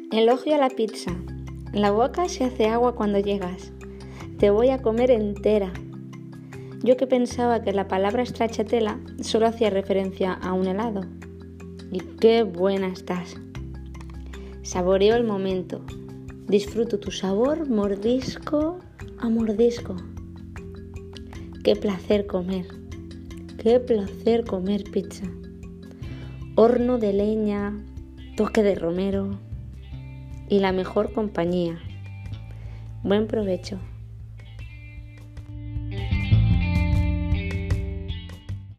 Elogio a la pizza. La boca se hace agua cuando llegas. Te voy a comer entera. Yo que pensaba que la palabra stracciatella solo hacía referencia a un helado. Y qué buena estás. Saboreo el momento. Disfruto tu sabor mordisco a mordisco. Qué placer comer. Qué placer comer pizza. Horno de leña, toque de romero y la mejor compañía. Buen provecho.